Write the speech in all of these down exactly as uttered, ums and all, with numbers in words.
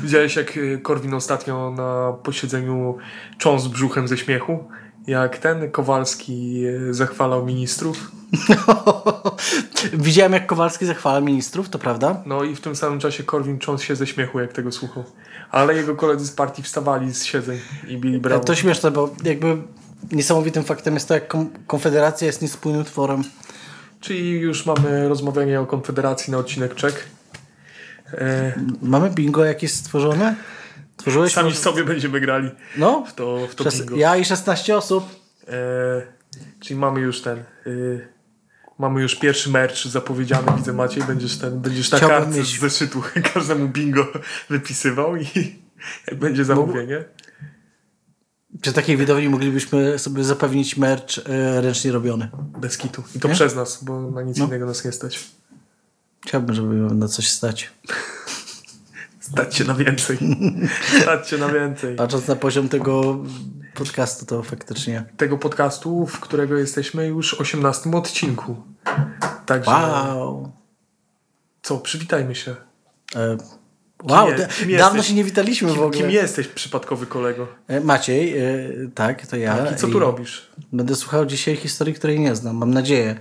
Widziałeś, jak Korwin ostatnio na posiedzeniu cząs brzuchem ze śmiechu? Jak ten Kowalski zachwalał ministrów? Widziałem, jak Kowalski zachwala ministrów, to prawda? No i w tym samym czasie Korwin cząs się ze śmiechu, jak tego słuchał. Ale jego koledzy z partii wstawali z siedzeń i bili brawo. To śmieszne, bo jakby niesamowitym faktem jest to, jak Konfederacja jest niespójnym tworem. Czyli już mamy rozmawianie o Konfederacji na odcinek Czech. E... Mamy bingo jakieś stworzone? Tworzyłeś Sami może... sobie będziemy grali no? w to, w to Przez... bingo. Ja i szesnaście osób. E... Czyli mamy już ten... Y... Mamy już pierwszy merch zapowiedziany, widzę Maciej, będziesz ten, będziesz na Chciałbym kartce mieć... z zeszytu każdemu bingo wypisywał i jak będzie zamówienie. Przy takiej widowni moglibyśmy sobie zapewnić merch e, ręcznie robiony. Bez kitu. I to nie? przez nas, bo na nic no. innego nas nie stać. Chciałbym, żeby na coś stać. Stać się na więcej. Stać się na więcej. Patrząc na poziom tego podcastu, to faktycznie... Tego podcastu, w którego jesteśmy już w osiemnastym odcinku. Także... Wow. Co? Przywitajmy się. E, wow, je, da, dawno jesteś? się nie witaliśmy kim, w ogóle. Kim jesteś, przypadkowy kolego? E, Maciej, e, tak, to ja. Tak, i co tu I robisz? Będę słuchał dzisiaj historii, której nie znam. Mam nadzieję.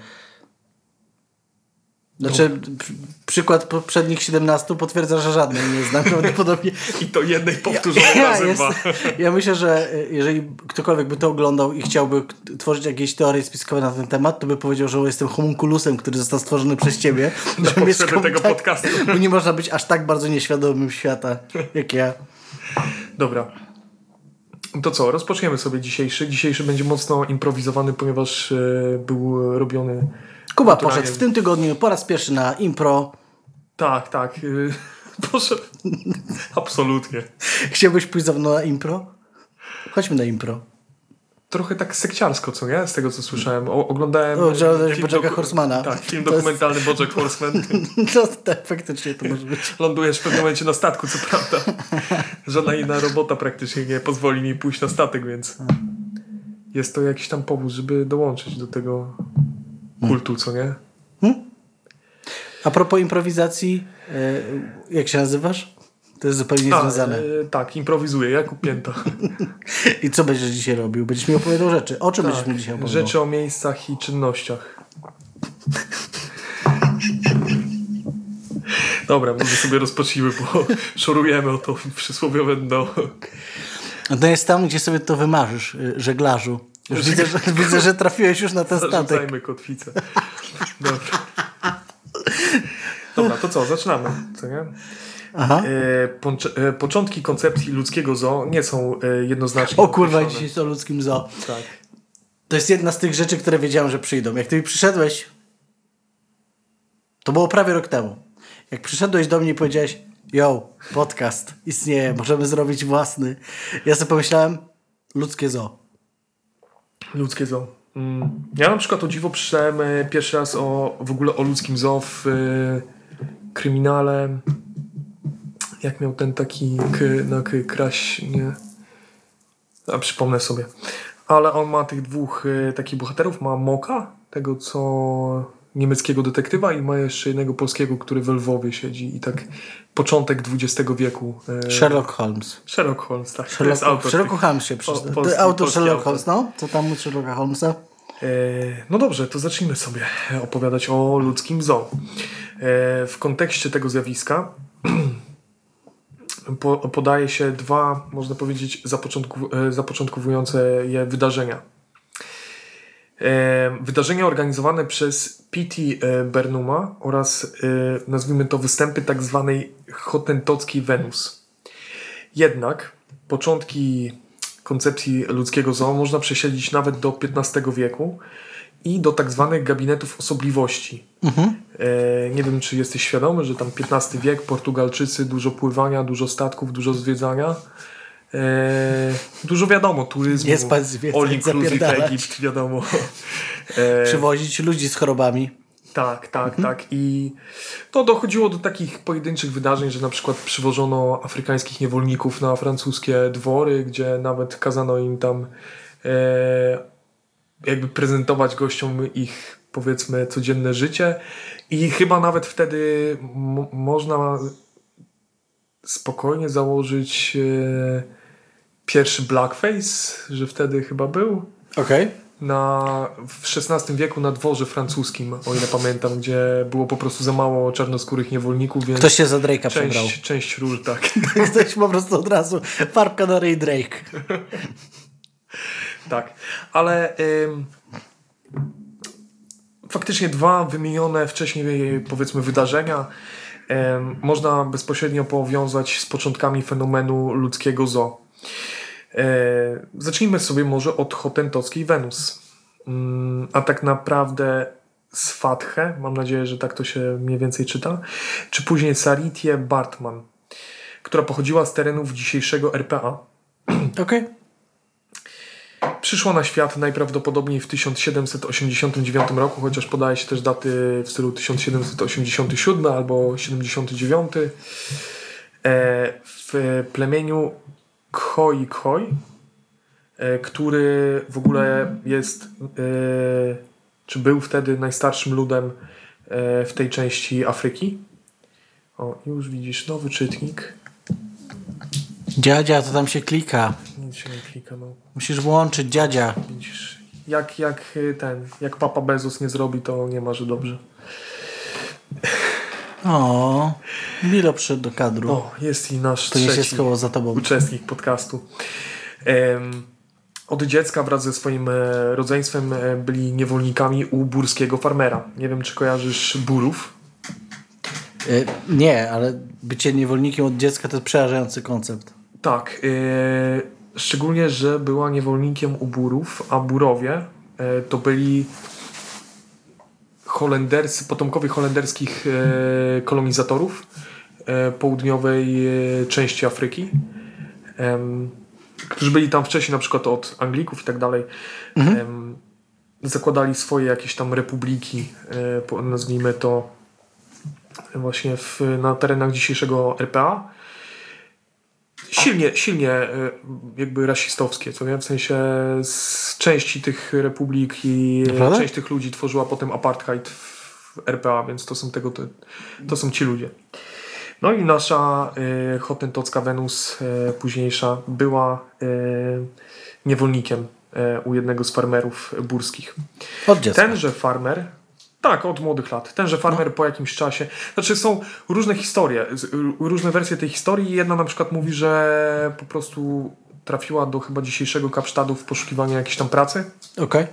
Znaczy, no. pr- przykład poprzednich siedemnastu potwierdza, że żadnej nie znam prawdopodobnie. I to jednej powtórzonej ja, razem jest, dwa. Ja myślę, że jeżeli ktokolwiek by to oglądał i chciałby tworzyć jakieś teorie spiskowe na ten temat, to by powiedział, że jestem homunculusem, który został stworzony przez ciebie. Na potrzeby tego tak, podcastu. Bo nie można być aż tak bardzo nieświadomym świata, jak ja. Dobra. To co, rozpoczniemy sobie dzisiejszy. Dzisiejszy będzie mocno improwizowany, ponieważ yy, był robiony... Kuba poszedł w tym tygodniu po raz pierwszy na impro. Tak, tak. Yy, poszedł. Absolutnie. Chciałbyś pójść ze mną na impro? Chodźmy na impro. Trochę tak sekciarsko, co nie? Z tego, co słyszałem. O, oglądałem... O, że Bojacka doku- Horsemana. Tak, film to dokumentalny jest... Bojack Horseman. No tak, faktycznie to może być. Lądujesz w pewnym momencie na statku, co prawda. Żadna inna robota praktycznie nie pozwoli mi pójść na statek, więc jest to jakiś tam powód, żeby dołączyć do tego kultu, co nie? Hmm? A propos improwizacji, jak się nazywasz? To jest zupełnie A, związane. E, tak, improwizuję, Jakub Pięta. I co będziesz dzisiaj robił? Będziesz mi opowiadał rzeczy. O czym tak, będziesz mi dzisiaj opowiadał? Rzeczy o miejscach i czynnościach. Dobra, może sobie rozpocznijmy, bo szorujemy o to przysłowiowe dno. To jest tam, gdzie sobie to wymarzysz, żeglarzu. Już widzę, że, widzę, że trafiłeś już na ten statek. Zarzucajmy kotwicę. Dobra. Dobra, to co? Zaczynamy, co nie? Aha. E, poncz- e, początki koncepcji ludzkiego zoo nie są e, jednoznacznie O kurwa, określone. dzisiaj jest o ludzkim zoo. Tak. To jest jedna z tych rzeczy, które wiedziałem, że przyjdą. Jak ty mi przyszedłeś, to było prawie rok temu. Jak przyszedłeś do mnie i powiedziałeś, yo, podcast istnieje, możemy zrobić własny. Ja sobie pomyślałem, ludzkie zoo. Ludzkie zoo. Mm. Ja na przykład o dziwo przyszedłem e, pierwszy raz o, w ogóle o ludzkim zoo w e, kryminale. Jak miał ten taki k, na k, kraś, nie? A przypomnę sobie. Ale on ma tych dwóch e, takich bohaterów. Ma Moka, tego co niemieckiego detektywa, i ma jeszcze jednego polskiego, który w Lwowie siedzi. I tak początek dwudziestego wieku. E, Sherlock Holmes. Sherlock Holmes, tak. Sherlock, to jest autor. Sherlock tych, Holmes się przyszedł. po, polski, autor polski Sherlock autor. Holmes, no? Co tam u Sherlocka Holmesa? E, no dobrze, to zacznijmy sobie opowiadać o ludzkim zoo. E, w kontekście tego zjawiska po, podaje się dwa, można powiedzieć, zapoczątku, e, zapoczątkowujące je wydarzenia. E, wydarzenia organizowane przez P T Burnhama oraz, e, nazwijmy to, występy tak zwanej hotentockiej Wenus. Jednak początki koncepcji ludzkiego zoo można prześledzić nawet do piętnastego wieku i do tak zwanych gabinetów osobliwości. Mhm. E, nie wiem, czy jesteś świadomy, że tam piętnasty wiek, Portugalczycy, dużo pływania, dużo statków, dużo zwiedzania. E, dużo wiadomo, turyzmu, Nie spać, zwiedzać, all inclusive zapierdalać. Egipt, wiadomo. E, Przywozić ludzi z chorobami. tak, tak, Mhm. tak. I to dochodziło do takich pojedynczych wydarzeń, że na przykład przywożono afrykańskich niewolników na francuskie dwory, gdzie nawet kazano im tam e, jakby prezentować gościom ich, powiedzmy, codzienne życie. I chyba nawet wtedy m- można spokojnie założyć e, pierwszy blackface, że wtedy chyba był. Okej. Okay. Na, w szesnastym wieku na dworze francuskim, o ile pamiętam, gdzie było po prostu za mało czarnoskórych niewolników, więc ktoś się za Drake'a część, przebrał. Część ról, tak. Ktoś po prostu od razu farbka na ryj Drake. Tak, ale ym, faktycznie dwa wymienione wcześniej, powiedzmy, wydarzenia ym, można bezpośrednio powiązać z początkami fenomenu ludzkiego zoo. E, zacznijmy sobie może od hotentockiej Wenus. Mm, a tak naprawdę Sfathe, mam nadzieję, że tak to się mniej więcej czyta, czy później Saritię Bartman, która pochodziła z terenów dzisiejszego R P A. Okej. Okay. Przyszła na świat najprawdopodobniej w tysiąc siedemset osiemdziesiątym dziewiątym roku, chociaż podaje się też daty w stylu tysiąc siedemset osiemdziesiąty siódmy albo siedemdziesiąty dziewiąty. E, w plemieniu Khoi Khoi, e, który w ogóle jest, e, czy był wtedy najstarszym ludem e, w tej części Afryki. O, już widzisz, nowy czytnik. Dziadzia, to tam się klika. Nic się nie klika, no. Musisz włączyć dziadzia. Widzisz, jak, jak ten, jak Papa Bezos nie zrobi, to nie ma, że dobrze. O, Milo przyszedł do kadru. O, jest i nasz to nie się trzeci schował za tobą. Uczestnik podcastu. Um, od dziecka wraz ze swoim e, rodzeństwem e, byli niewolnikami u burskiego farmera. Nie wiem, czy kojarzysz burów? E, nie, ale bycie niewolnikiem od dziecka to jest przerażający koncept. Tak. E, szczególnie, że była niewolnikiem u burów, a burowie e, to byli Holenderscy, potomkowie holenderskich e, kolonizatorów e, południowej e, części Afryki, e, którzy byli tam wcześniej na przykład od Anglików i tak dalej. Mhm. E, zakładali swoje jakieś tam republiki, e, po, nazwijmy to właśnie w, na terenach dzisiejszego R P A. Silnie, silnie e, jakby rasistowskie, co nie? W sensie z części tych republik i Naprawdę? część tych ludzi tworzyła potem apartheid w R P A, więc to są tego, to, to są ci ludzie. No i nasza e, hotentocka Wenus e, późniejsza była e, niewolnikiem e, u jednego z farmerów burskich. Od dziecka. Tenże farmer, tak, od młodych lat. Tenże farmer no. po jakimś czasie, znaczy są różne historie, różne wersje tej historii. Jedna na przykład mówi, że po prostu trafiła do chyba dzisiejszego Kapsztadu w poszukiwaniu jakiejś tam pracy. Okej. Okay.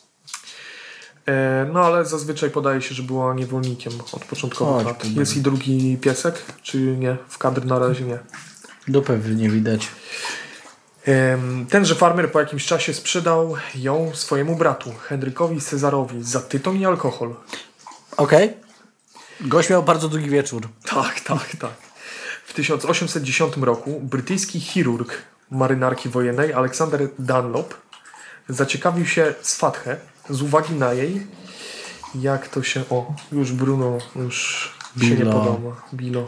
No ale zazwyczaj podaje się, że była niewolnikiem od początkowych lat. Jest i drugi piesek, czy nie? W kadr na razie nie. Dupę nie widać. Tenże farmer po jakimś czasie sprzedał ją swojemu bratu, Henrykowi Cezarowi, za tytoń i alkohol. Okej. Okay. Gość miał bardzo długi wieczór. Tak, tak, tak. W tysiąc osiemset dziesiątym roku brytyjski chirurg marynarki wojennej Alexander Dunlop zaciekawił się Sfathe z uwagi na jej, jak to się... O, już Bruno już Bilo. się nie podoba. Bilo.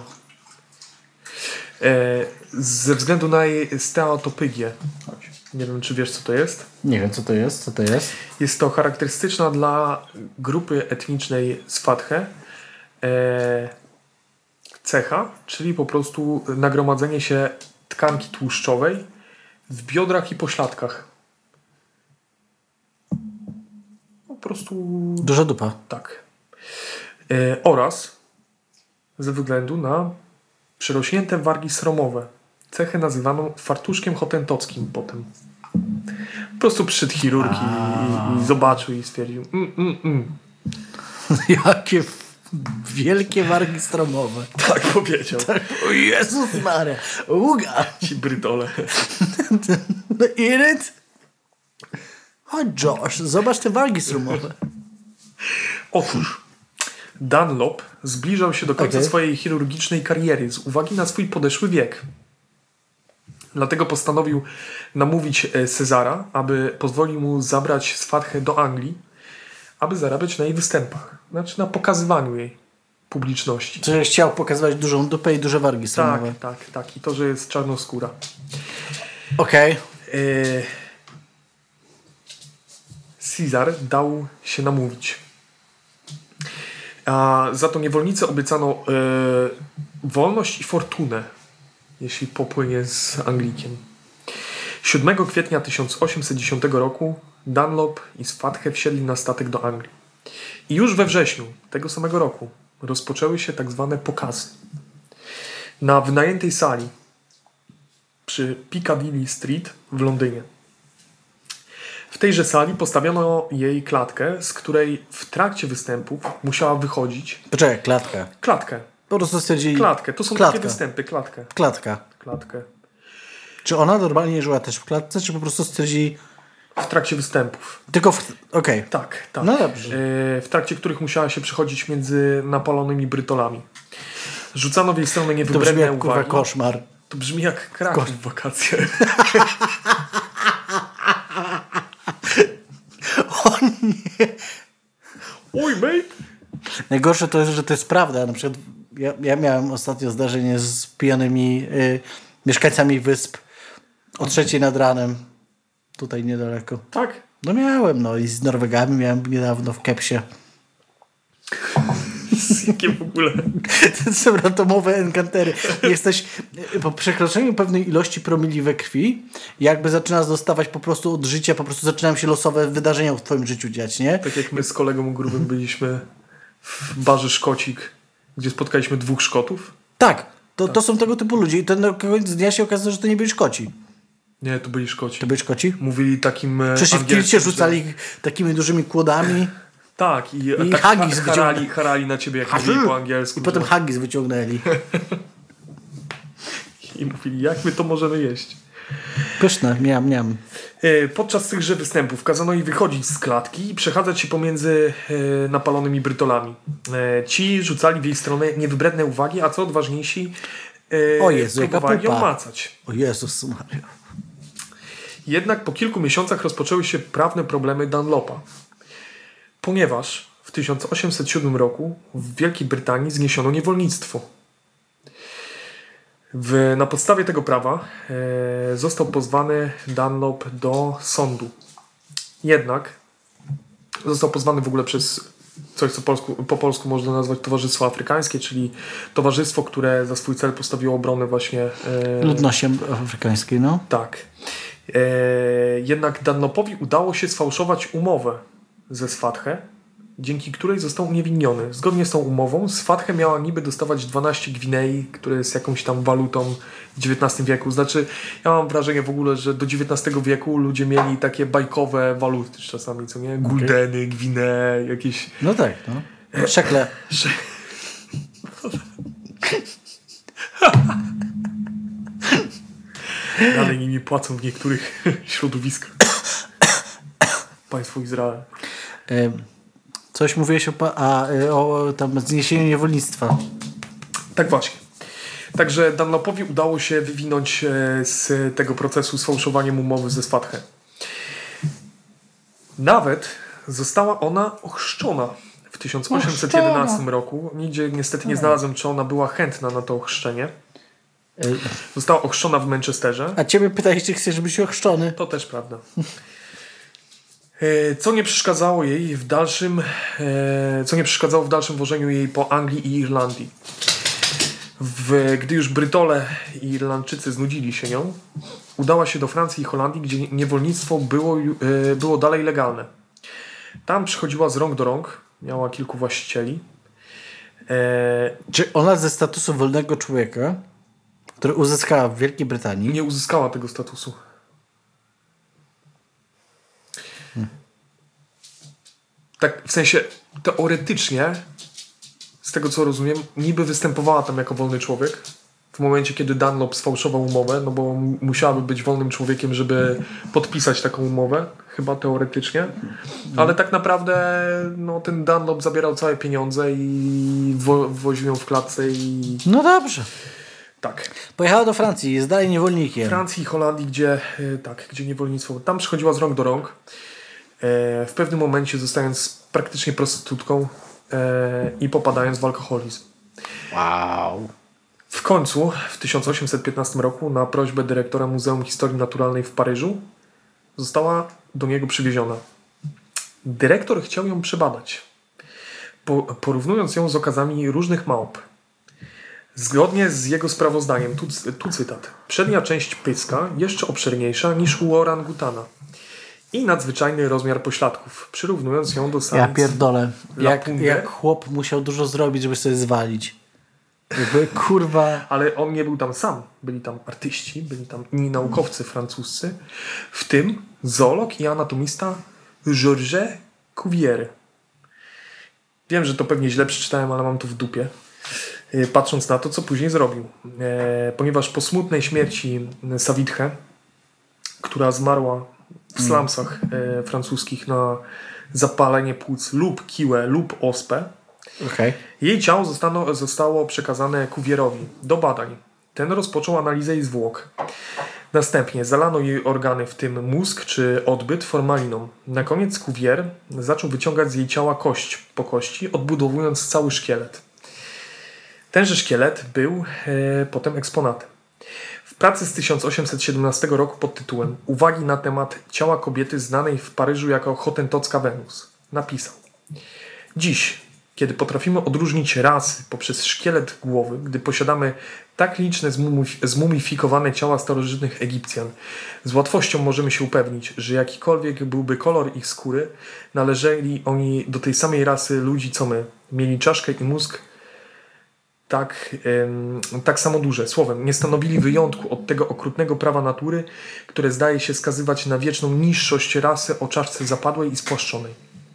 E, ze względu na jej stereotypię. Nie wiem, czy wiesz, co to jest? Nie wiem, co to jest. Co to jest? Jest to charakterystyczna dla grupy etnicznej Sfathe e, cecha, czyli po prostu nagromadzenie się tkanki tłuszczowej w biodrach i pośladkach. Po prostu... Duża dupa. Tak. E, oraz ze względu na przerośnięte wargi sromowe. Cechę nazywaną fartuszkiem hotentockim potem. Po prostu przyszedł chirurg i, i zobaczył i stwierdził mm, mm, mm. Jakie wielkie wargi stromowe. Tak powiedział. Tak. O Jezus Maria. Uga. Ci brydole. Eat it? Chodź Josh, zobacz te wargi stromowe. Otóż Dunlop zbliżał się do końca okay. swojej chirurgicznej kariery z uwagi na swój podeszły wiek. Dlatego postanowił namówić Cezara, aby pozwolił mu zabrać Sfathę do Anglii, aby zarabiać na jej występach. Znaczy na pokazywaniu jej publiczności. Czyli chciał pokazywać dużą dupę i duże wargi stromowe. Tak, tak, tak. I to, że jest czarnoskóra. Okej. Okay. E... Cezar dał się namówić. A za to niewolnicy obiecano e, wolność i fortunę. jeśli popłynie z Anglikiem. siódmego kwietnia tysiąc osiemset dziesiątego roku Dunlop i Sfathe wsiedli na statek do Anglii. I już we wrześniu tego samego roku rozpoczęły się tak zwane pokazy. Na wynajętej sali przy Piccadilly Street w Londynie. W tejże sali postawiono jej klatkę, z której w trakcie występów musiała wychodzić... Poczekaj, klatkę. Klatkę. Po prostu stwierdzili... Klatkę. To są Klatka. takie występy. Klatkę. Klatka. Klatkę. Czy ona normalnie żyła też w klatce, czy po prostu stwierdzili... W trakcie występów. Tylko w... Okej. Okay. Tak, tak. No dobrze. W trakcie których musiała się przechodzić między napalonymi brytolami. Rzucano w jej stronę To brzmi niewybredne jak kurwa uwagi. koszmar. To brzmi jak Kraków w wakacje. O nie. Oj, mate! Najgorsze to jest, że to jest prawda. Na przykład ja, ja miałem ostatnio zdarzenie z pijanymi y, mieszkańcami wysp o trzeciej nad ranem. Tutaj niedaleko. Tak? No miałem, no i z Norwegami miałem niedawno w Kepsie. Jakie w ogóle... To są randomowe enkantery. Jesteś po przekroczeniu pewnej ilości promili we krwi, jakby zaczynasz dostawać po prostu od życia, po prostu zaczynają się losowe wydarzenia w twoim życiu dziać, nie? Tak jak my z kolegą grubym byliśmy w barze Szkocik, gdzie spotkaliśmy dwóch Szkotów. Tak, to, to są tego typu ludzie i to na koniec dnia się okazało, że to nie byli Szkoci. Nie, to byli Szkoci. To byli Szkoci? Mówili takim e, Przecież w angielskim, kilcie że- rzucali takimi dużymi kłodami Tak, i, I tak haggis ha- wyciąga- harali, harali na ciebie, jak mówili po angielsku. i potem że- haggis wyciągnęli. I mówili, jak my to możemy jeść. Pyszne, miam, miam. E, Podczas tychże występów kazano jej wychodzić z klatki i przechadzać się pomiędzy e, napalonymi brytolami. E, Ci rzucali w jej stronę niewybredne uwagi, a co odważniejsi e, O Jezu, jaka próbowali ją pupa. macać. O Jezus Maria. Jednak po kilku miesiącach rozpoczęły się prawne problemy Dunlopa. Ponieważ w tysiąc osiemset siódmym roku w Wielkiej Brytanii zniesiono niewolnictwo. W, na podstawie tego prawa e, został pozwany Dunlop do sądu. Jednak został pozwany w ogóle przez coś, co polsku, po polsku można nazwać Towarzystwo Afrykańskie, czyli towarzystwo, które za swój cel postawiło obronę właśnie... E, Ludności afrykańskiej, no. tak. E, jednak Dunlopowi udało się sfałszować umowę ze Sfathe, dzięki której został uniewinniony. Zgodnie z tą umową Sfathe miała niby dostawać dwanaście gwinei, które jest jakąś tam walutą w dziewiętnastym wieku. Znaczy, ja mam wrażenie w ogóle, że do dziewiętnastego wieku ludzie mieli takie bajkowe waluty czasami, co nie? Guldeny, gwinee, jakieś... No tak, no. Szekle. Dalej nimi płacą w niektórych środowiskach. Państwo Izrael. Y, Coś mówiłeś o, pa- a, y, o tam zniesieniu niewolnictwa. Tak właśnie. Także Dunlopowi udało się wywinąć e, z tego procesu sfałszowaniem umowy ze Sfathe. Nawet została ona ochrzczona w tysiąc osiemset jedenastym roku. Nigdzie niestety nie znalazłem, czy ona była chętna na to ochrzczenie. Y, Została ochrzczona w Manchesterze. A ciebie pytałeś, czy chcesz być ochrzczony? To też prawda. E, Co nie przeszkadzało jej w dalszym, e, co nie przeszkadzało w dalszym wożeniu jej po Anglii i Irlandii. W, gdy już Brytole i Irlandczycy znudzili się nią, udała się do Francji i Holandii, gdzie niewolnictwo było, ju- e, było dalej legalne. Tam przychodziła z rąk do rąk, miała kilku właścicieli. E, Czy ona ze statusu wolnego człowieka, który uzyskała w Wielkiej Brytanii, nie uzyskała tego statusu. Tak, w sensie teoretycznie, z tego co rozumiem, niby występowała tam jako wolny człowiek w momencie, kiedy Dunlop sfałszował umowę, no bo m- musiałaby być wolnym człowiekiem, żeby podpisać taką umowę, chyba teoretycznie, ale tak naprawdę no, ten Dunlop zabierał całe pieniądze i wo- woził ją w klatce i no dobrze. tak. Pojechała do Francji, jest dalej niewolnikiem. Francji i Holandii, gdzie e, tak, gdzie niewolnictwo. Tam przychodziła z rąk do rąk. E, w pewnym momencie zostając praktycznie prostytutką e, i popadając w alkoholizm. Wow. W końcu w tysiąc osiemset piętnastym roku na prośbę dyrektora Muzeum Historii Naturalnej w Paryżu została do niego przywieziona. Dyrektor chciał ją przebadać, po, porównując ją z okazami różnych małp. Zgodnie z jego sprawozdaniem, tu, tu cytat, przednia część pyska jeszcze obszerniejsza niż u orangutana i nadzwyczajny rozmiar pośladków, przyrównując ją do samic. Ja pierdolę. Jak, Lapunge. jak chłop musiał dużo zrobić, żeby sobie zwalić. Jakby kurwa... Ale on nie był tam sam. Byli tam artyści, byli tam inni naukowcy francuscy, w tym zoolog i anatomista Georges Cuvier. Wiem, że to pewnie źle przeczytałem, ale mam to w dupie. Patrząc na to, co później zrobił. E, ponieważ po smutnej śmierci Sawitche, która zmarła w slumsach e, francuskich na zapalenie płuc lub kiłę lub ospę, okay. jej ciało zostało, zostało przekazane Cuvierowi do badań. Ten rozpoczął analizę jej zwłok. Następnie zalano jej organy, w tym mózg czy odbyt, formaliną. Na koniec Cuvier zaczął wyciągać z jej ciała kość po kości, odbudowując cały szkielet. Tenże szkielet był e, potem eksponatem. W pracy z tysiąc osiemset siedemnastego roku pod tytułem Uwagi na temat ciała kobiety znanej w Paryżu jako Hotentocka Wenus napisał: Dziś, kiedy potrafimy odróżnić rasy poprzez szkielet głowy, gdy posiadamy tak liczne zmumif- zmumifikowane ciała starożytnych Egipcjan, z łatwością możemy się upewnić, że jakikolwiek byłby kolor ich skóry, należeli oni do tej samej rasy ludzi co my. Mieli czaszkę i mózg tak, ym, tak samo duże. Słowem, nie stanowili wyjątku od tego okrutnego prawa natury, które zdaje się skazywać na wieczną niższość rasy o czaszce zapadłej i spłaszczonej.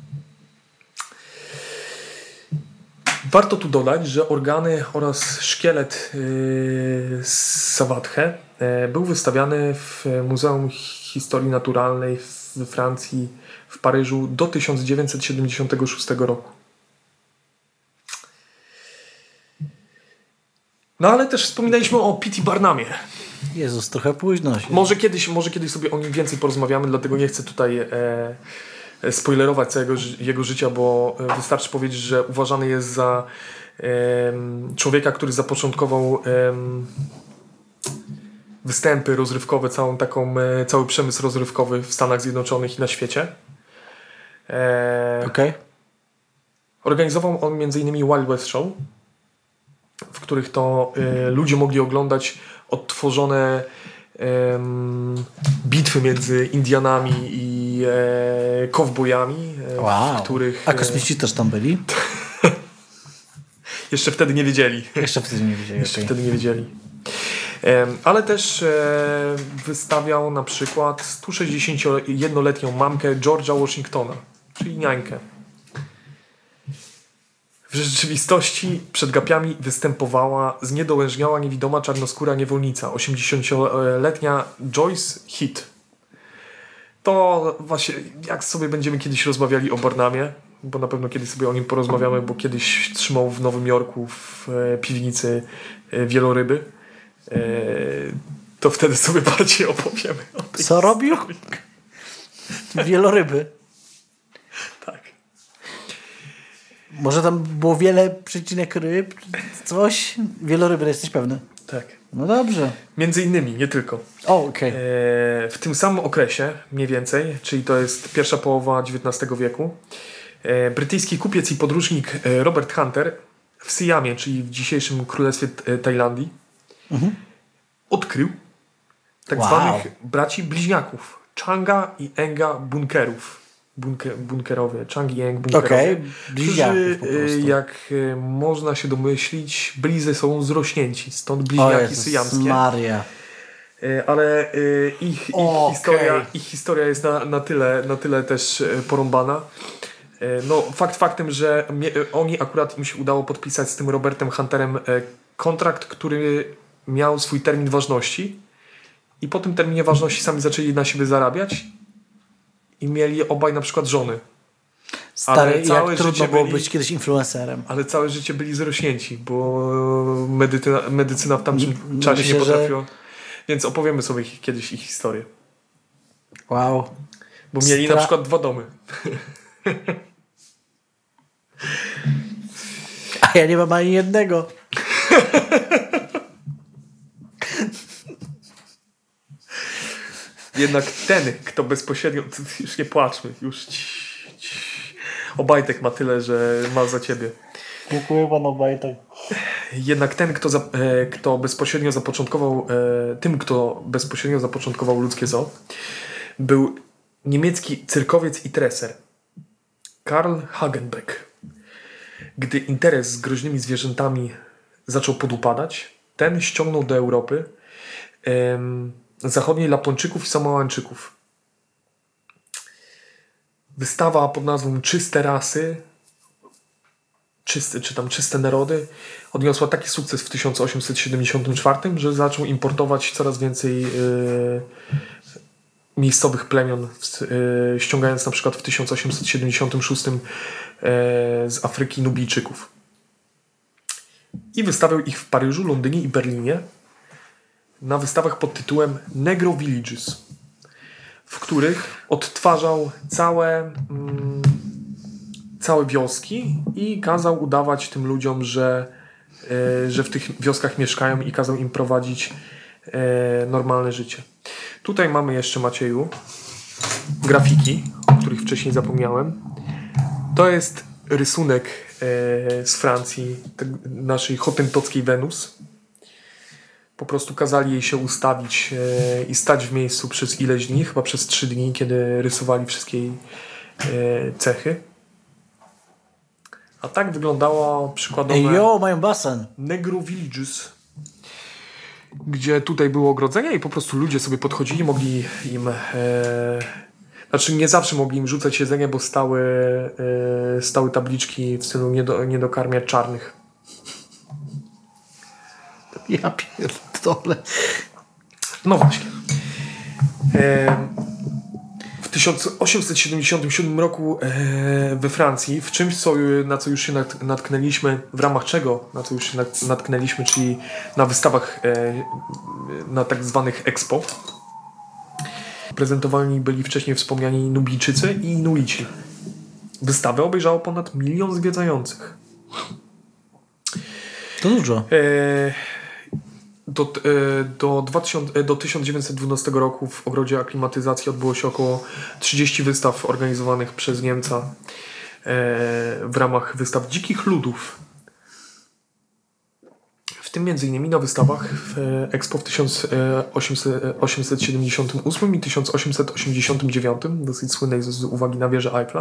Warto tu dodać, że organy oraz szkielet yy, Sawatche yy, był wystawiany w Muzeum Historii Naturalnej we Francji, w Paryżu do tysiąc dziewięćset siedemdziesiątego szóstego roku. No ale też wspominaliśmy o P T Barnumie. Jezus, trochę późno się. Może kiedyś, może kiedyś sobie o nim więcej porozmawiamy, dlatego nie chcę tutaj e, spoilerować całego jego życia, bo wystarczy powiedzieć, że uważany jest za e, człowieka, który zapoczątkował e, występy rozrywkowe, całą taką, e, cały przemysł rozrywkowy w Stanach Zjednoczonych i na świecie. E, Okej. Okay. Organizował on między innymi Wild West Show, w których to y, ludzie mogli oglądać odtworzone y, bitwy między Indianami i y, kowbojami. Y, wow. w których, A kosmici y, też tam byli? Jeszcze wtedy nie wiedzieli. Jeszcze wtedy nie wiedzieli. Jeszcze okay. wtedy nie wiedzieli. Y, ale też y, wystawiał na przykład sto sześćdziesięciojednoletnią mamkę George'a Washingtona, czyli niańkę. W rzeczywistości przed gapiami występowała zniedołężniała niewidoma czarnoskóra niewolnica, osiemdziesięcioletnia Joyce Heath. To właśnie, jak sobie będziemy kiedyś rozmawiali o Barnumie, bo na pewno kiedyś sobie o nim porozmawiamy, bo kiedyś trzymał w Nowym Jorku w piwnicy wieloryby, to wtedy sobie bardziej opowiemy o tej Co robił? Wieloryby. Tak. Może tam było wiele przecinek ryb, coś? Wieloryby, jesteś pewny? Tak. No dobrze. Między innymi, nie tylko. O, okej. Okay. W tym samym okresie, mniej więcej, czyli to jest pierwsza połowa dziewiętnastego wieku, e, brytyjski kupiec i podróżnik Robert Hunter w Siamie, czyli w dzisiejszym Królestwie Tajlandii, mhm. odkrył tak wow. zwanych braci bliźniaków, Changa i Enga Bunkerów. Bunker, bunkerowie, Chang i Eng bunkerowie, okay. którzy, jak można się domyślić, byli ze sobą zrośnięci, stąd bliźniaki syjamskie. Maria. Ale ich, ich, okay. historia, ich historia jest na, na, tyle, na tyle też porąbana. No, fakt faktem, że oni akurat im się udało podpisać z tym Robertem Hunterem kontrakt, który miał swój termin ważności i po tym terminie ważności sami zaczęli na siebie zarabiać i mieli obaj na przykład żony. Stary, ale całe jak trudno było byli, być kiedyś influencerem. Ale całe życie byli zrośnięci, bo medycyna, medycyna w tamtym M- czasie myślę, nie potrafiła. Że... Więc opowiemy sobie kiedyś ich historię. Wow. Bo mieli Stra... na przykład dwa domy. A ja nie mam ani jednego. Jednak ten, kto bezpośrednio... Już nie płaczmy. Już Obajtek ma tyle, że ma za ciebie. Dziękuję pan Obajtek. Jednak ten, kto, za, e, kto bezpośrednio zapoczątkował, e, tym, kto bezpośrednio zapoczątkował ludzkie zoo, był niemiecki cyrkowiec i treser Karl Hagenbeck. Gdy interes z groźnymi zwierzętami zaczął podupadać, ten ściągnął do Europy em, zachodniej Lapończyków i Samoańczyków. Wystawa pod nazwą Czyste rasy, czyste, czy tam Czyste narody odniosła taki sukces w tysiąc osiemset siedemdziesiątym czwartym, że zaczął importować coraz więcej yy, miejscowych plemion, yy, ściągając na przykład w tysiąc osiemset siedemdziesiątym szóstym yy, z Afryki Nubijczyków. I wystawiał ich w Paryżu, Londynie i Berlinie na wystawach pod tytułem Negro Villages, w których odtwarzał całe, mm, całe wioski i kazał udawać tym ludziom, że, e, że w tych wioskach mieszkają i kazał im prowadzić e, normalne życie. Tutaj mamy jeszcze, Macieju, grafiki, o których wcześniej zapomniałem. To jest rysunek e, z Francji, te, naszej hotentockiej Wenus. Po prostu kazali jej się ustawić e, i stać w miejscu przez ileś dni, chyba przez trzy dni, kiedy rysowali wszystkie jej e, cechy. A tak wyglądało przykładowe Ej, jo, mają basen. Negro Villages, gdzie tutaj było ogrodzenie i po prostu ludzie sobie podchodzili, mogli im e, znaczy nie zawsze mogli im rzucać jedzenie, bo stały, e, stały tabliczki w stylu nie, do, nie dokarmiać czarnych. Ja pierdolę. No właśnie. E, w tysiąc osiemset siedemdziesiątym siódmym roku e, we Francji, w czymś, co, na co już się nat, natknęliśmy, w ramach czego, na co już się nat, natknęliśmy, czyli na wystawach, e, na tak zwanych Expo, prezentowani byli wcześniej wspomniani Nubijczycy i Inuici. Wystawę obejrzało ponad milion zwiedzających. To dużo. E, Do, do, dwa tysiące, do tysiąc dziewięćset dwunastego roku w ogrodzie aklimatyzacji odbyło się około trzydzieści wystaw organizowanych przez Niemca e, w ramach wystaw dzikich ludów. W tym między innymi na wystawach w Expo w tysiąc osiemset siedemdziesiątym ósmym i tysiąc osiemset osiemdziesiątym dziewiątym, dosyć słynnej z, z uwagi na wieżę Eiffla.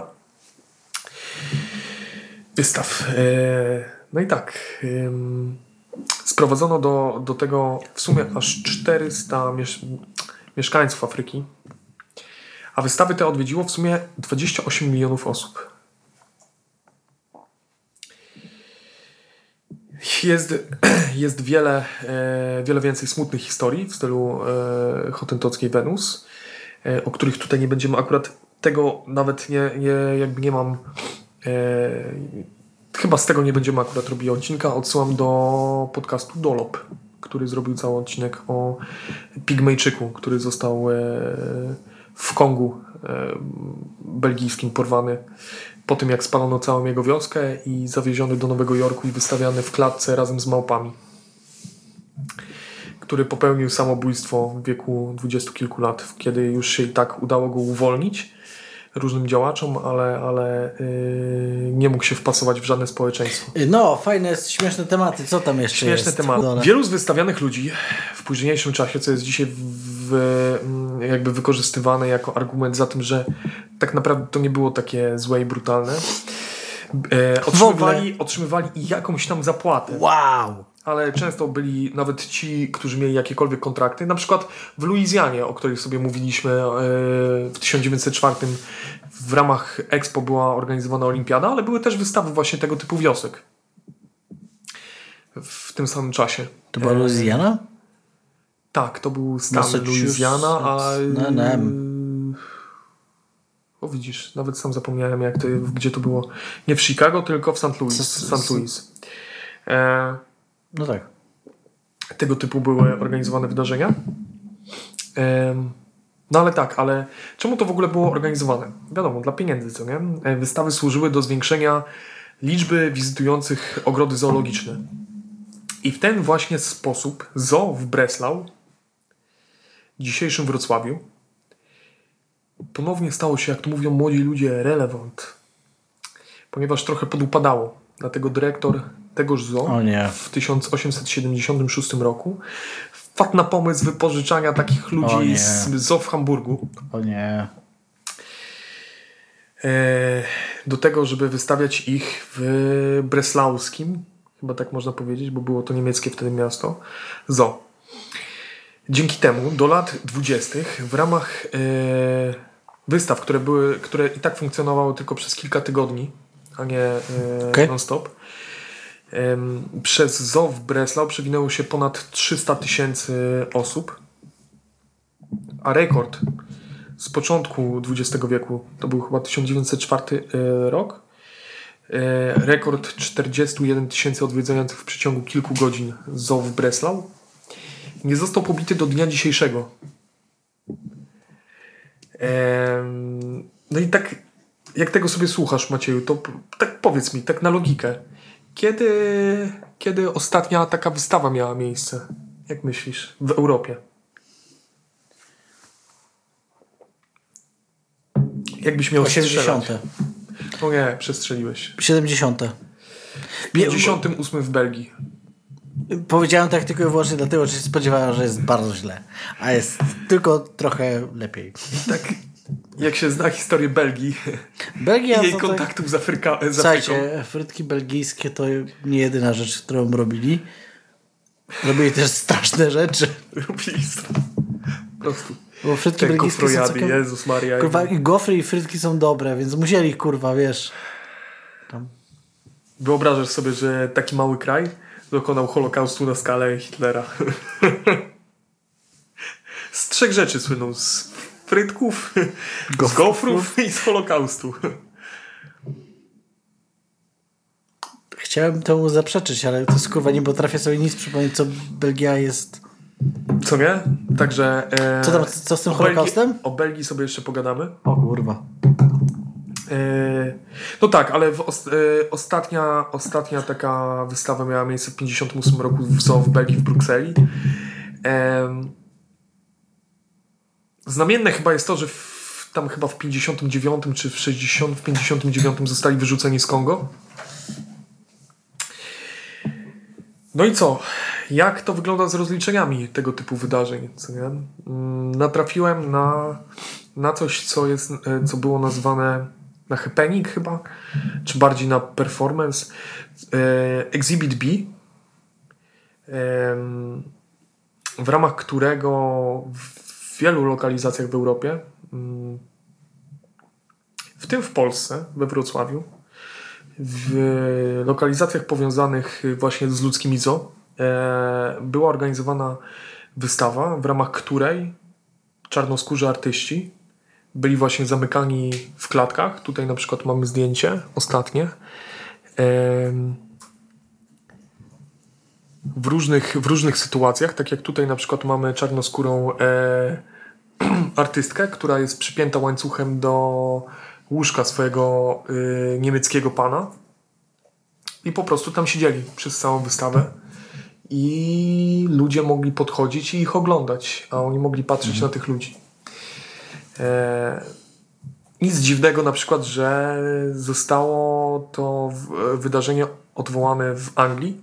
Wystaw. E, no i tak... E, Sprowadzono do, do tego w sumie aż czterysta miesz- mieszkańców Afryki, a wystawy te odwiedziło w sumie dwadzieścia osiem milionów osób. Jest, jest wiele, e, wiele więcej smutnych historii w stylu e, hotentockiej Wenus, e, o których tutaj nie będziemy akurat tego nawet nie, nie jakby nie mam e, Chyba z tego nie będziemy akurat robili odcinka. Odsyłam do podcastu Dolop, który zrobił cały odcinek o Pigmejczyku, który został w Kongu belgijskim porwany po tym, jak spalono całą jego wioskę i zawieziony do Nowego Jorku i wystawiany w klatce razem z małpami, który popełnił samobójstwo w wieku dwudziestu kilku lat, kiedy już się i tak udało go uwolnić różnym działaczom, ale, ale yy, nie mógł się wpasować w żadne społeczeństwo. No, fajne, śmieszne tematy. Co tam jeszcze Śmieszne jest? tematy. Dole. Wielu z wystawianych ludzi w późniejszym czasie, co jest dzisiaj w, jakby wykorzystywane jako argument za tym, że tak naprawdę to nie było takie złe i brutalne, e, otrzymywali, otrzymywali jakąś tam zapłatę. Wow! Ale często byli nawet ci, którzy mieli jakiekolwiek kontrakty. Na przykład w Luizjanie, o której sobie mówiliśmy w tysiąc dziewięćset czwartym w ramach Expo była organizowana olimpiada, ale były też wystawy właśnie tego typu wiosek w tym samym czasie. To była Luizjana? Tak, to był stan Luizjana, a... No, no. O widzisz, nawet sam zapomniałem, jak to, gdzie to było. Nie w Chicago, tylko w Saint Louis. Saint Louis. E... No tak. Tego typu były organizowane wydarzenia. No ale tak, ale czemu to w ogóle było organizowane? Wiadomo, dla pieniędzy, co nie? Wystawy służyły do zwiększenia liczby wizytujących ogrody zoologiczne. I w ten właśnie sposób zoo w Breslau, dzisiejszym Wrocławiu, ponownie stało się, jak to mówią młodzi ludzie, relevant. Ponieważ trochę podupadało. Dlatego dyrektor tegoż zoo o nie. w tysiąc osiemset siedemdziesiątym szóstym roku wpadł na pomysł wypożyczania takich ludzi z zoo w Hamburgu. O nie. Do tego, żeby wystawiać ich w breslauskim, chyba tak można powiedzieć, bo było to niemieckie wtedy miasto, zoo. Dzięki temu do lat dwudziestych w ramach e, wystaw, które były, które i tak funkcjonowały tylko przez kilka tygodni, a nie e, okay. non-stop, e, przez zoo w Breslau przewinęło się ponad trzysta tysięcy osób, a rekord z początku dwudziestego wieku, to był chyba tysiąc dziewięćset czwarty e, rok, e, rekord czterdzieści jeden tysięcy odwiedzających w przeciągu kilku godzin zoo w Breslau nie został pobity do dnia dzisiejszego. Ehm, no i tak, jak tego sobie słuchasz, Macieju, to tak powiedz mi, tak na logikę, kiedy, kiedy ostatnia taka wystawa miała miejsce? Jak myślisz? W Europie? Jakbyś miał osiemdziesiąte. O nie, przestrzeliłeś. siedemdziesiąte. W pięćdziesiątym ósmym w Belgii. Powiedziałem tak tylko i wyłącznie dlatego, że się spodziewałem, że jest bardzo źle. A jest tylko trochę lepiej. Tak, jak się zna historię Belgii Belgia i jej to kontaktów tak... z, Afryka, z Słuchajcie, Afryką. frytki belgijskie to nie jedyna rzecz, którą robili. Robili też straszne rzeczy. Robili po prostu. Bo frytki Te belgijskie gofrojady, są całkiem... Jezus Maria. Kurwa, i gofry i frytki są dobre, więc musieli, kurwa, wiesz... Tam. Wyobrażasz sobie, że taki mały kraj dokonał Holokaustu na skalę Hitlera. Z trzech rzeczy słyną. Z frytków, Gofrów. z gofrów i z Holokaustu. Chciałem temu zaprzeczyć, ale to jest, kurwa, nie potrafię sobie nic przypomnieć, co Belgia jest... Co nie? Także... E, co, tam, co z tym Holokaustem? Belgii, o Belgii sobie jeszcze pogadamy. O kurwa. E, no tak, ale w os, e, ostatnia, ostatnia taka wystawa miała miejsce w pięćdziesiątym ósmym roku w zoo w Belgii, w Brukseli. E, znamienne chyba jest to, że w, tam chyba w pięćdziesiątym dziewiątym czy w sześćdziesiątym, w pięćdziesiątym dziewiątym zostali wyrzuceni z Kongo. No i co? Jak to wygląda z rozliczeniami tego typu wydarzeń? Co nie? Natrafiłem na, na coś, co, jest, co było nazwane na happening chyba, czy bardziej na performance. E, Exhibit B, e, w ramach którego w wielu lokalizacjach w Europie, w tym w Polsce, we Wrocławiu, w lokalizacjach powiązanych właśnie z ludzkimi zoo, e, była organizowana wystawa, w ramach której czarnoskórzy artyści byli właśnie zamykani w klatkach. Tutaj na przykład mamy zdjęcie ostatnie. W różnych, w różnych sytuacjach, tak jak tutaj na przykład mamy czarnoskórą e, artystkę, która jest przypięta łańcuchem do łóżka swojego y, niemieckiego pana i po prostu tam siedzieli przez całą wystawę i ludzie mogli podchodzić i ich oglądać, a oni mogli patrzeć mhm. na tych ludzi. E, nic dziwnego na przykład, że zostało to w, wydarzenie odwołane w Anglii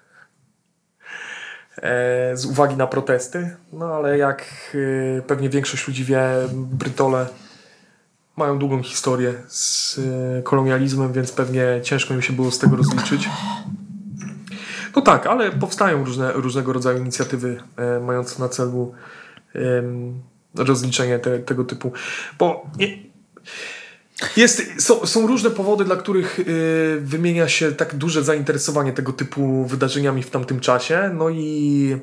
e, z uwagi na protesty, no ale jak y, pewnie większość ludzi wie, Brytole mają długą historię z y, kolonializmem, więc pewnie ciężko im się było z tego rozliczyć. No tak, ale powstają różne, różnego rodzaju inicjatywy e, mające na celu e, rozliczenie te, tego typu. Bo nie, jest, są, są różne powody, dla których y, wymienia się tak duże zainteresowanie tego typu wydarzeniami w tamtym czasie. No i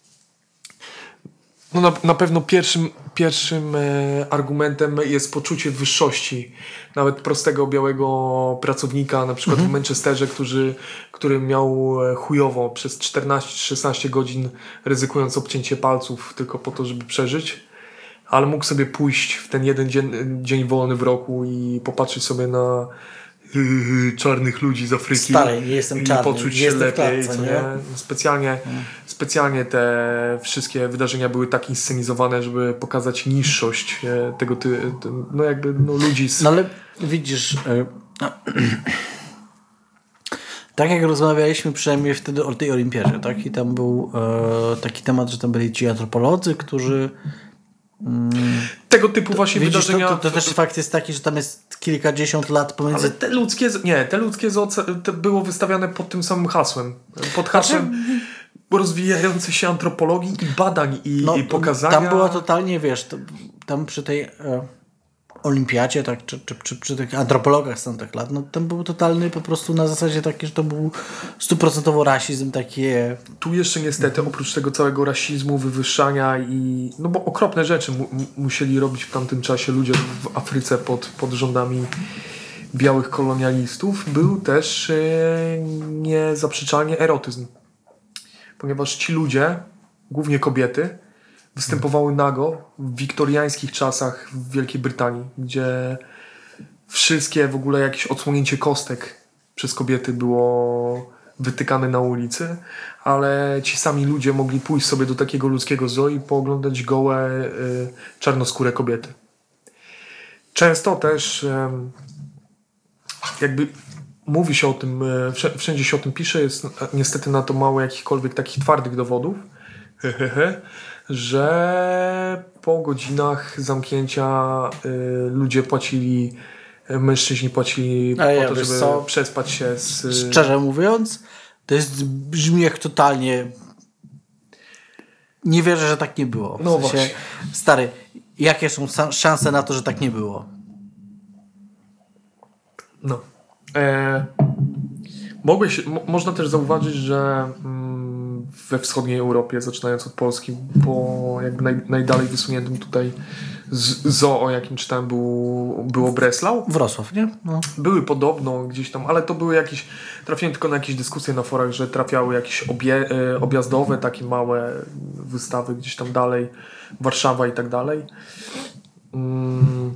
no na, na pewno pierwszym, pierwszym e, argumentem jest poczucie wyższości nawet prostego białego pracownika, na przykład mhm. w Manchesterze, który, który miał chujowo przez czternaście szesnaście godzin, ryzykując obcięcie palców tylko po to, żeby przeżyć, ale mógł sobie pójść w ten jeden dzień, dzień wolny w roku i popatrzeć sobie na yy, czarnych ludzi z Afryki. Stary, nie jestem czarny, i poczuć się lepiej. Klatce, co nie? nie? Specjalnie, hmm. specjalnie te wszystkie wydarzenia były tak inscenizowane, żeby pokazać niższość e, tego ty, ty, no jakby no, ludzi z... No ale widzisz, yy, no, Tak jak rozmawialiśmy przynajmniej wtedy o tej olimpiadzie, tak? I tam był e, taki temat, że tam byli ci antropolodzy, którzy mm, tego typu właśnie widzisz, wydarzenia... To, to, to też fakt jest taki, że tam jest kilkadziesiąt lat pomiędzy... Ale te ludzkie... Nie, te ludzkie zoo te było wystawiane pod tym samym hasłem. Pod hasłem znaczy... rozwijającej się antropologii i badań i, no, i pokazania... Tam była totalnie, wiesz, to, tam przy tej... E, olimpiadzie, tak, czy, czy, czy przy tych antropologach z tamtych lat, no tam był totalny po prostu na zasadzie taki, że to był stuprocentowo rasizm, takie... Tu jeszcze niestety oprócz tego całego rasizmu, wywyższania i... No bo okropne rzeczy mu, musieli robić w tamtym czasie ludzie w Afryce pod, pod rządami białych kolonialistów, był też e, niezaprzeczalnie erotyzm. Ponieważ ci ludzie, głównie kobiety, występowały nago w wiktoriańskich czasach w Wielkiej Brytanii, gdzie wszystkie w ogóle jakieś odsłonięcie kostek przez kobiety było wytykane na ulicy, ale ci sami ludzie mogli pójść sobie do takiego ludzkiego zoo i pooglądać gołe, y, czarnoskóre kobiety. Często też y, jakby mówi się o tym, y, wszędzie się o tym pisze, jest niestety na to mało jakichkolwiek takich twardych dowodów, że po godzinach zamknięcia y, ludzie płacili, mężczyźni płacili Ale po ja to, wiesz żeby co? przespać się z... Szczerze mówiąc, to jest brzmi jak totalnie... Nie wierzę, że tak nie było. W no sensie, właśnie. Stary, jakie są szanse na to, że tak nie było? No. E, mogłeś, m- można też zauważyć, że mm, we wschodniej Europie, zaczynając od Polski, bo jakby naj, najdalej wysuniętym tutaj z, zoo, o jakim czytałem, był, było Breslau. Wrocław, nie? No. Były podobno gdzieś tam, ale to były jakieś, trafiłem tylko na jakieś dyskusje na forach, że trafiały jakieś obie, e, objazdowe, takie małe wystawy gdzieś tam dalej, Warszawa i tak dalej. Mm.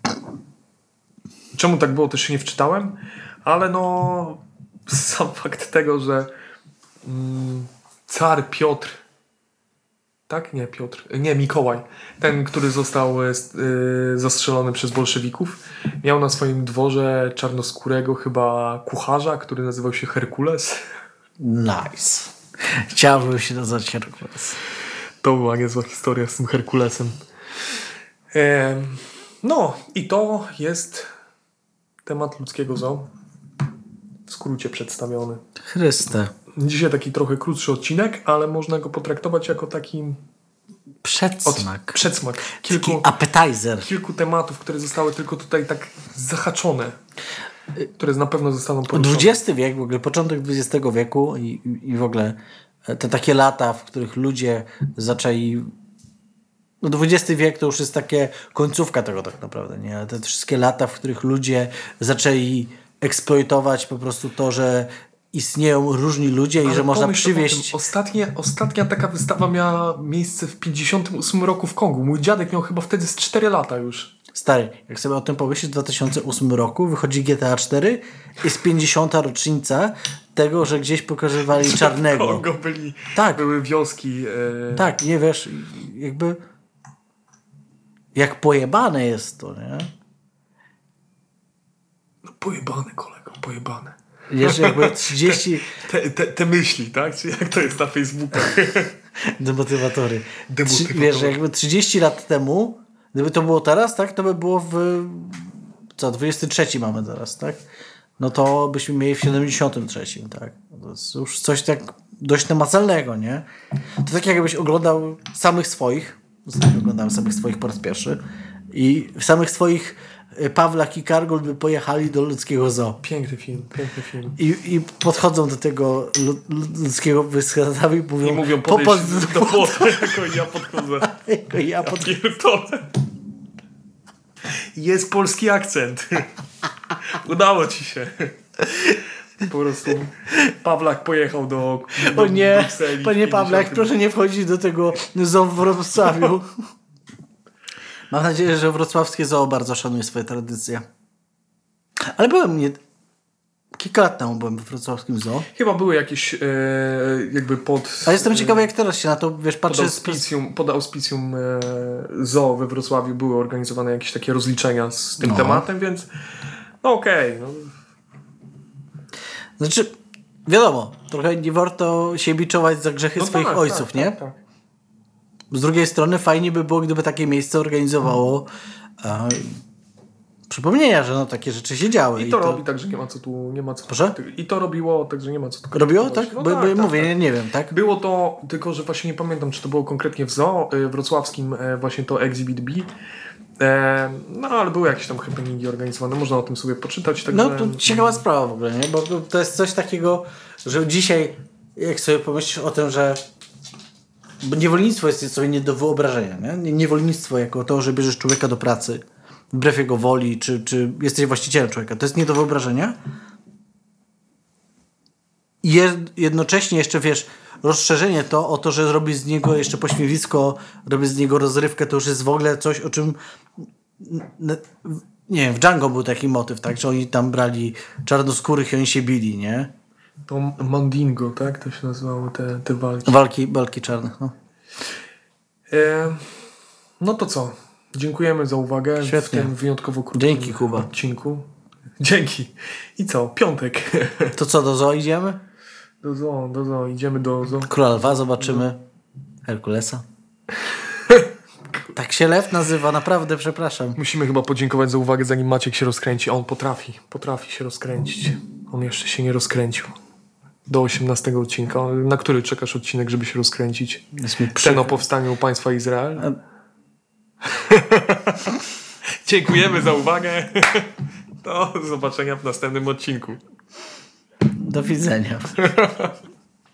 Czemu tak było, też się nie wczytałem, ale no sam fakt tego, że mm, car Piotr, tak? Nie, Piotr, nie, Mikołaj, ten, który został y, zastrzelony przez bolszewików, miał na swoim dworze czarnoskórego chyba kucharza, który nazywał się Herkules. Nice. Chciałbym się nazwać Herkules. To była niezła historia z tym Herkulesem. E, no i to jest temat ludzkiego zoo. W skrócie przedstawiony. Chryste. Dzisiaj taki trochę krótszy odcinek, ale można go potraktować jako taki Przedsmak. Od, przedsmak. Kilku, taki appetizer. Kilku tematów, które zostały tylko tutaj tak zahaczone. Które na pewno zostaną poruszone. dwudziesty wiek, w ogóle początek dwudziestego wieku i, i w ogóle te takie lata, w których ludzie zaczęli... No dwudziesty wiek to już jest takie końcówka tego tak naprawdę, nie? Ale te wszystkie lata, w których ludzie zaczęli eksploitować po prostu to, że istnieją różni ludzie i ale że można przywieźć... Ostatnie, ostatnia taka wystawa miała miejsce w pięćdziesiątym ósmym roku w Kongu. Mój dziadek miał chyba wtedy z cztery lata już. Stary, jak sobie o tym pomyślisz, w dwa tysiące ósmym roku wychodzi G T A cztery, jest pięćdziesiąta rocznica tego, że gdzieś pokazywali czarnego. W Kongo byli, tak. były wioski. E... Tak, nie wiesz, jakby jak pojebane jest to, nie? No pojebane, kolego, pojebane. Wiesz, jakby trzydzieści... Te, te, te myśli, tak? Czy jak to jest na Facebooku? Demotywatory. Demotywatory. Wiesz, jakby trzydzieści lat temu, gdyby to było teraz, tak? To by było w... Co, dwudziesty trzeci mamy teraz, tak? No to byśmy mieli w siedemdziesiątym trzecim, tak? To jest już coś tak dość namacalnego, nie? To tak jakbyś oglądał samych swoich, oglądałem samych swoich po raz pierwszy i w samych swoich Pawlak i Kargul by pojechali do ludzkiego zoo. Piękny film, piękny film. I, i podchodzą do tego ludzkiego wyschadza i mówią, I mówią podejść do, do płotu, jako ja podchodzę. jako ja podchodzę. Ja jest polski akcent. Udało ci się. Po prostu Pawlak pojechał do, do O nie, Brukseli. panie Pawlak, proszę nie wchodzić do tego zoo w Wrocławiu. Mam nadzieję, że wrocławskie zoo bardzo szanuje swoje tradycje. Ale byłem nie... Kilka lat temu byłem w wrocławskim zoo. Chyba były jakieś e, jakby pod... A jestem ciekawy, jak teraz się na to, wiesz, patrzę... Pod auspicjum, pod auspicjum e, zoo we Wrocławiu były organizowane jakieś takie rozliczenia z tym no. tematem, więc no okej. Okay, no. Znaczy, wiadomo, trochę nie warto się biczować za grzechy No swoich tak, ojców, tak, nie? Tak, tak. Z drugiej strony fajnie by było, gdyby takie miejsce organizowało e, przypomnienia, że no takie rzeczy się działy. I to, I to robi, także nie ma co tu... Nie ma co Proszę? tu I to robiło, także nie ma co tu... Robiło, tak? No bo tak, bo tak, mówię, tak. Nie, nie wiem, tak? Było to, tylko że właśnie nie pamiętam, czy to było konkretnie w zoo y, wrocławskim, y, właśnie to Exhibit B. E, no ale były jakieś tam happeningi organizowane, można o tym sobie poczytać. Także... No to ciekawa sprawa w ogóle, nie? Bo to jest coś takiego, że dzisiaj, jak sobie pomyślisz o tym, że bo niewolnictwo jest sobie nie do wyobrażenia, nie? Niewolnictwo jako to, że bierzesz człowieka do pracy wbrew jego woli, czy, czy jesteś właścicielem człowieka, to jest nie do wyobrażenia. I jednocześnie jeszcze, wiesz, rozszerzenie to o to, że robi z niego jeszcze pośmiewisko, robi z niego rozrywkę, to już jest w ogóle coś, o czym nie wiem, w Django był taki motyw, tak, że oni tam brali czarnoskórych i oni się bili, nie? To Mandingo, tak? To się nazywały te, te walki. Walki, walki czarne, no. E, no to co? Dziękujemy za uwagę Świetnie. w tym wyjątkowo krótkim Dzięki, Kuba. odcinku. Dzięki. I co? Piątek. To co, do zoo idziemy? Do zoo, do zoo. Idziemy do zoo. Króla Lwa zobaczymy. Herkulesa. Tak się lew nazywa, naprawdę, przepraszam. Musimy chyba podziękować za uwagę, zanim Maciek się rozkręci. On potrafi, potrafi się rozkręcić. On jeszcze się nie rozkręcił. Do osiemnastego odcinka. Na który czekasz odcinek, żeby się rozkręcić? Jest mi Ten przykro. o powstaniu państwa Izrael. Dziękujemy za uwagę. Do zobaczenia w następnym odcinku. Do widzenia.